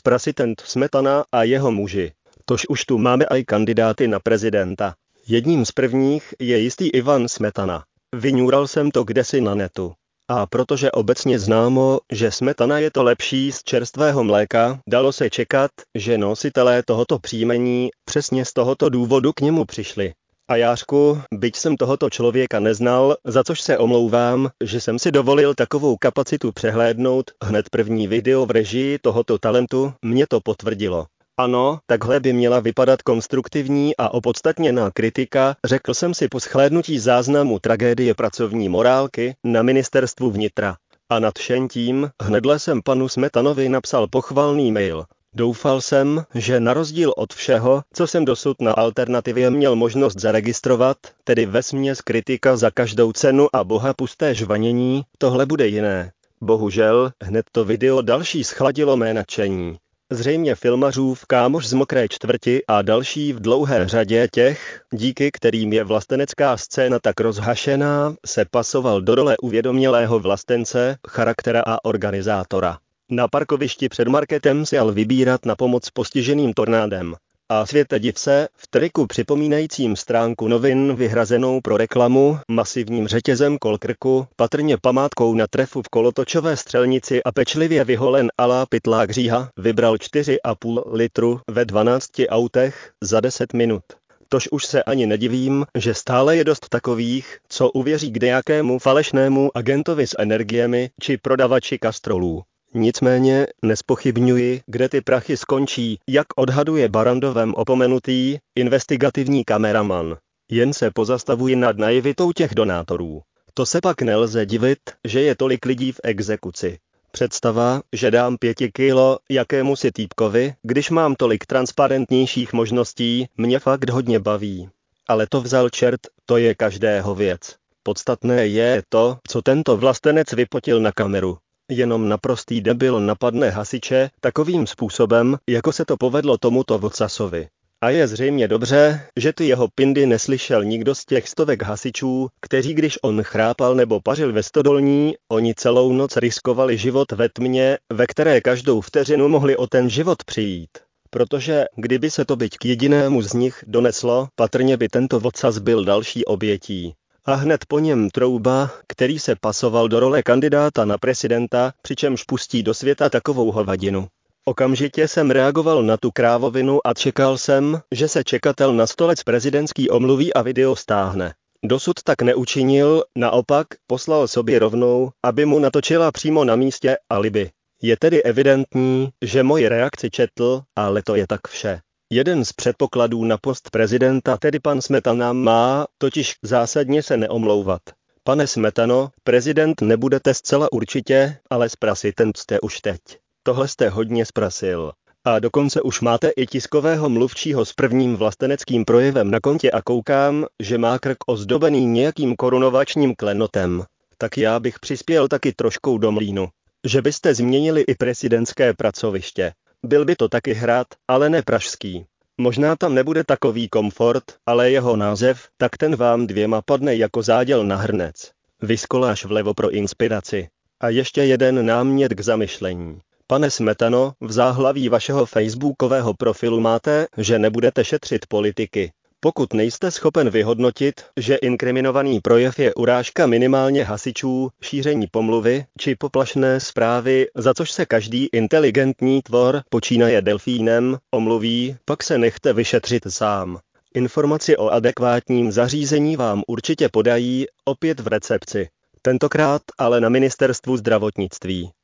prezident Smetana a jeho muži. Tož už tu máme i kandidáty na prezidenta. Jedním z prvních je jistý Ivan Smetana. Vyňůral jsem to kdesi na netu. A protože obecně známo, že smetana je to lepší z čerstvého mléka, dalo se čekat, že nositelé tohoto příjmení přesně z tohoto důvodu k němu přišli. A Jářku, byť jsem tohoto člověka neznal, za což se omlouvám, že jsem si dovolil takovou kapacitu přehlédnout, hned první video v režii tohoto talentu mě to potvrdilo. Ano, takhle by měla vypadat konstruktivní a opodstatněná kritika, řekl jsem si po shlédnutí záznamu tragédie pracovní morálky na ministerstvu vnitra. A nadšen tím, hnedle jsem panu Smetanovi napsal pochvalný mail. Doufal jsem, že na rozdíl od všeho, co jsem dosud na alternativě měl možnost zaregistrovat, tedy vesměs kritika za každou cenu a boha pusté žvanění, tohle bude jiné. Bohužel, hned to video další schladilo mé nadšení. Zřejmě filmařův kámoš z Mokré čtvrti a další v dlouhé řadě těch, díky kterým je vlastenecká scéna tak rozhašená, se pasoval do role uvědomělého vlastence, charaktera a organizátora. Na parkovišti před marketem si jel vybírat na pomoc postiženým tornádem. A světe div se, v triku připomínajícím stránku novin vyhrazenou pro reklamu, masivním řetězem kol krku, patrně památkou na trefu v kolotočové střelnici a pečlivě vyholen alá pytlák říha, vybral 4,5 litru ve 12 autech za 10 minut. Tož už se ani nedivím, že stále je dost takových, co uvěří kdejakému falešnému agentovi s energiemi či prodavači kastrolů. Nicméně nespochybňuji, kde ty prachy skončí, jak odhaduje Barrandovem opomenutý investigativní kameraman. Jen se pozastavuji nad naivitou těch donátorů. To se pak nelze divit, že je tolik lidí v exekuci. Představa, že dám 5 kilo jakémusi týpkovi, když mám tolik transparentnějších možností, mě fakt hodně baví. Ale to vzal čert, to je každého věc. Podstatné je to, co tento vlastenec vypotil na kameru. Jenom naprostý debil napadne hasiče takovým způsobem, jako se to povedlo tomuto Vocasovi. A je zřejmě dobře, že ty jeho pindy neslyšel nikdo z těch stovek hasičů, kteří když on chrápal nebo pařil ve stodolní, oni celou noc riskovali život ve tmě, ve které každou vteřinu mohli o ten život přijít. Protože kdyby se to byť k jedinému z nich doneslo, patrně by tento Vocas byl další obětí. A hned po něm Trouba, který se pasoval do role kandidáta na prezidenta, přičemž pustí do světa takovou hovadinu. Okamžitě jsem reagoval na tu krávovinu a čekal jsem, že se čekatel na stolec prezidentský omluví a video stáhne. Dosud tak neučinil, naopak poslal sobě rovnou, aby mu natočila přímo na místě alibi. Je tedy evidentní, že moji reakci četl, ale to je tak vše. Jeden z předpokladů na post prezidenta, tedy pan Smetana, má totiž zásadně se neomlouvat. Pane Smetano, prezident nebudete zcela určitě, ale sprasiten jste už teď. Tohle jste hodně sprasil. A dokonce už máte i tiskového mluvčího s prvním vlasteneckým projevem na kontě a koukám, že má krk ozdobený nějakým korunovačním klenotem. Tak já bych přispěl taky troškou do mlýnu. Že byste změnili i prezidentské pracoviště. Byl by to taky hrad, ale ne pražský. Možná tam nebude takový komfort, ale jeho název, tak ten vám dvěma padne jako záděl na hrnec. Vyskoláš vlevo pro inspiraci. A ještě jeden námět k zamyšlení. Pane Smetano, v záhlaví vašeho facebookového profilu máte, že nebudete šetřit politiky. Pokud nejste schopen vyhodnotit, že inkriminovaný projev je urážka minimálně hasičů, šíření pomluvy či poplašné zprávy, za což se každý inteligentní tvor, počínaje delfínem, omluví, pak se nechte vyšetřit sám. Informaci o adekvátním zařízení vám určitě podají, opět v recepci. Tentokrát ale na ministerstvu zdravotnictví.